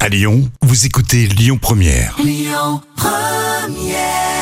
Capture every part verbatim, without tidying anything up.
À Lyon, vous écoutez Lyon Première. Lyon Première.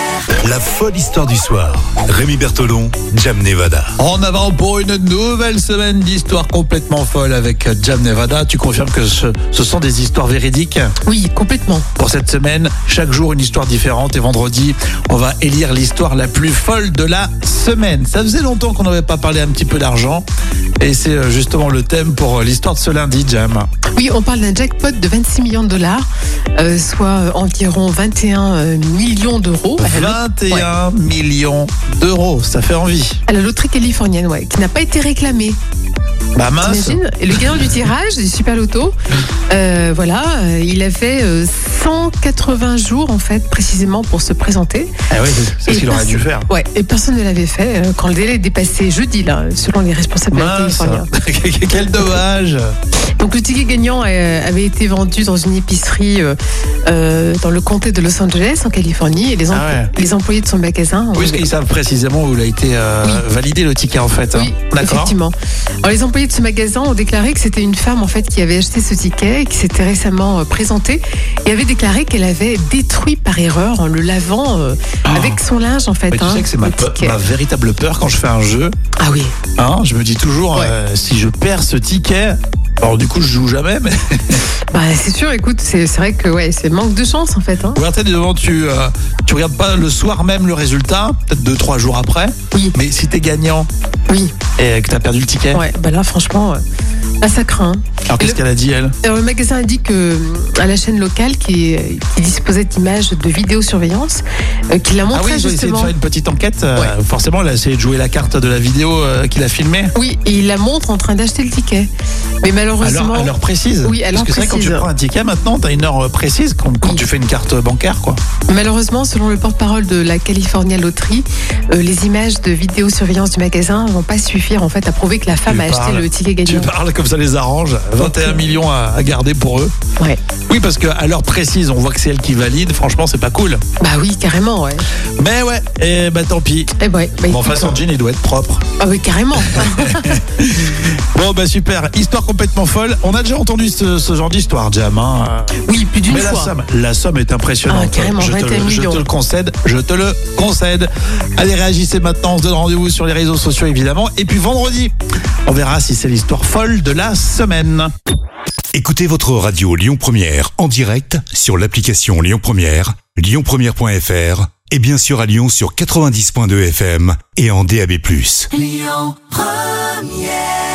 La folle histoire du soir. Rémi Bertolon, Jam Nevada. En avant pour une nouvelle semaine d'histoires complètement folles avec Jam Nevada. Tu confirmes que ce, ce sont des histoires véridiques? Oui, complètement. Pour cette semaine, chaque jour une histoire différente. Et vendredi, on va élire l'histoire la plus folle de la semaine. Ça faisait longtemps qu'on n'avait pas parlé un petit peu d'argent. Et c'est justement le thème pour l'histoire de ce lundi, Jam. Oui, on parle d'un jackpot de vingt-six millions de dollars, euh, soit environ vingt et un millions d'euros. vingt et un ouais. millions d'euros, ça fait envie. À la loterie californienne, ouais, qui n'a pas été réclamée. Bah mince. T'imagines ? Et le gagnant du tirage du Super Loto, euh, voilà, euh, il avait euh, cent quatre-vingts jours en fait précisément pour se présenter. Ah oui, c'est et ce qu'il aurait dû faire. Ouais, et personne ne l'avait fait euh, quand le délai est dépassé jeudi là, selon les responsables californiens. Quel dommage. Donc le ticket gagnant euh, avait été vendu dans une épicerie euh, euh, dans le comté de Los Angeles en Californie et les, empl- ah ouais. les employés de son magasin. Oui, parce qu'ils savent précisément où il a été euh, oui. validé le ticket en fait. Oui, hein. effectivement. Alors les employés de ce magasin ont déclaré que c'était une femme en fait qui avait acheté ce ticket et qui s'était récemment euh, présentée et avait déclaré qu'elle avait détruit par erreur en le lavant euh, oh. avec son linge en fait. Mais tu hein, sais que c'est ma, pe- ma véritable peur quand je fais un jeu. Ah oui. Hein, je me dis toujours ouais. euh, si je perds ce ticket. Alors du coup je joue jamais mais... Bah c'est sûr, écoute, c'est, c'est vrai que ouais, c'est manque de chance en fait. Hein. Ou alors devant, tu, euh, tu regardes pas le soir même le résultat, peut-être deux trois jours après. Oui. Mais si t'es gagnant oui. et que t'as perdu le ticket. Ouais, bah là franchement, euh, là ça craint. Alors qu'est-ce le, qu'elle a dit elle? Alors, le magasin a dit que à la chaîne locale qui, qui disposait d'images de vidéosurveillance, euh, qui l'a montré ah oui, ils ont essayé de faire une petite enquête. Euh, ouais. Forcément, elle a essayé de jouer la carte de la vidéo euh, qu'il a filmée. Oui, et il la montre en train d'acheter le ticket. Mais malheureusement. Alors, à l'heure précise. Oui, à l'heure Parce que précise. c'est vrai, quand tu prends un ticket maintenant, t'as une heure précise quand, quand oui. tu fais une carte bancaire, quoi. Malheureusement, selon le porte-parole de la California Lottery, euh, les images de vidéosurveillance du magasin vont pas suffire en fait à prouver que la femme tu a parles, acheté le ticket gagnant. Tu parles comme ça les arrange. vingt et un millions à, à garder pour eux. Ouais. Oui, parce qu'à l'heure précise, on voit que c'est elle qui valide. Franchement, c'est pas cool. Bah oui, carrément, ouais. Mais ouais, et bah tant pis. Et ouais, bah, bon, enfin, son jean, il doit être propre. Ah oui, carrément. Bon, bah super. Histoire complètement folle. On a déjà entendu ce, ce genre d'histoire, Jam. Hein. Oui, plus d'une Mais fois. La somme, la somme est impressionnante. Ah, carrément, je, te le, je te le concède. Je te le concède. Allez, réagissez maintenant. On se donne rendez-vous sur les réseaux sociaux, évidemment. Et puis vendredi, on verra si c'est l'histoire folle de la semaine. Écoutez votre radio Lyon Première en direct sur l'application Lyon Première, lyon première point f r et bien sûr à Lyon sur quatre-vingt-dix point deux F M et en D A B plus. Lyon Première.